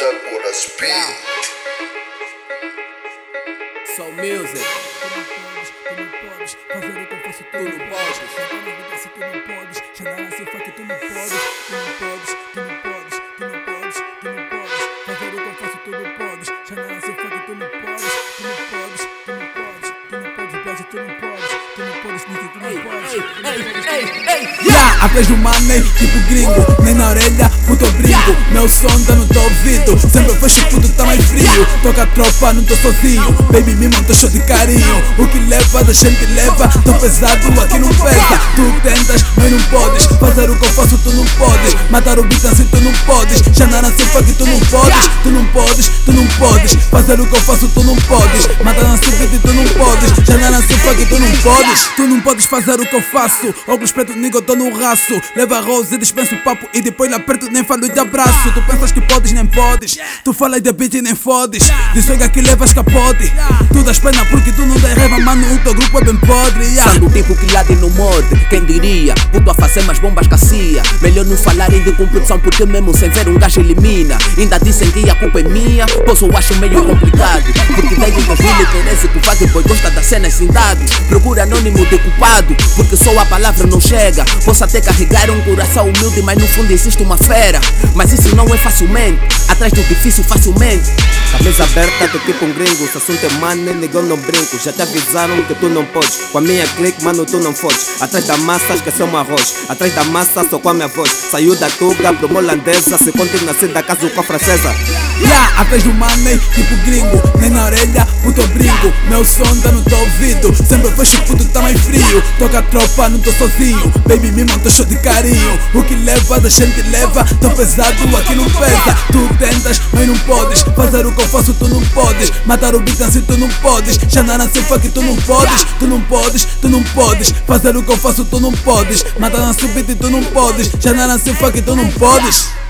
Agora speed. Soul music. Tu não podes fazer o que eu faço, tu não podes. Se tu não podes, já não nasce funk, tu não podes. Tu não podes fazer o que eu faço, tu não podes. Já não nasce funk, tu não podes. Tu não podes, Brasil, tu não podes, Nicky, tu não podes. Yeah, atrás do money, tipo gringo, nem na orelha, puto brinco. Meu som tá no teu ouvido, sempre fecho puto, tá mais frio. Toca a tropa, não tô sozinho, baby me monta show de carinho. O que leva, da gente leva, tão pesado aqui não pesa. Tu tentas, mas não podes, fazer o que eu faço, tu não podes. Matar o beat assim, tu não podes, já não nasce funk, tu não podes. Tu não podes, fazer o que eu faço, tu não podes. Matar na beat, tu não podes, já não nasce funk, tu não podes. Tu não podes fazer o que eu faço, óculos preto, nigga, eu tô no raço. Leva a rose e dispensa o papo e depois lá perto nem falo de abraço. Tu pensas que podes, nem podes, tu falas de beat e nem fodes. De sonha que levas capote, tu das pena porque tu não dás raiva, mano, o teu grupo é bem podre. Sendo o tipo que lade não morde, quem diria? Puto a fazer mais bombas que a CIA. Melhor não falarem de competição porque mesmo sem ver um gajo elimina. Ainda dizem que a culpa é minha, pois eu acho meio complicado. Porque desde 2013 que o Fag Boy gosta da cena sem dado. Procura anônimo de culpado, porque só a palavra não chega. Posso até carregar um coração humilde, mas no fundo existe uma fera. Mas isso não é facilmente, atrás do difícil facilmente. Camisa aberta, tô tipo um gringo. Se assunto é money, nigga, eu não brinco. Já te avisaram que tu não podes. Com a minha clique, mano, tu não fodes. Atrás da massa, esqueceu um arroz. Atrás da massa, só com a minha voz. Saiu da tuga, pro holandesa. Se continua assim da casa com a francesa. Yeah, atrás do money, tipo gringo, nem na orelha, puto brinco. Meu som tá no teu ouvido, sempre fecho puto, tá mais frio. Toca a tropa, não tô sozinho, baby me monta show de carinho. O que leva, da gente leva, tão pesado aqui não pesa. Tu tentas, mas não podes, fazer o que eu faço, tu não podes. Matar o beat assim, tu não podes, já não nasce funk, tu não podes. Tu não podes, fazer o que eu faço, tu não podes. Matar na beat, tu não podes, já não nasce funk, tu não podes.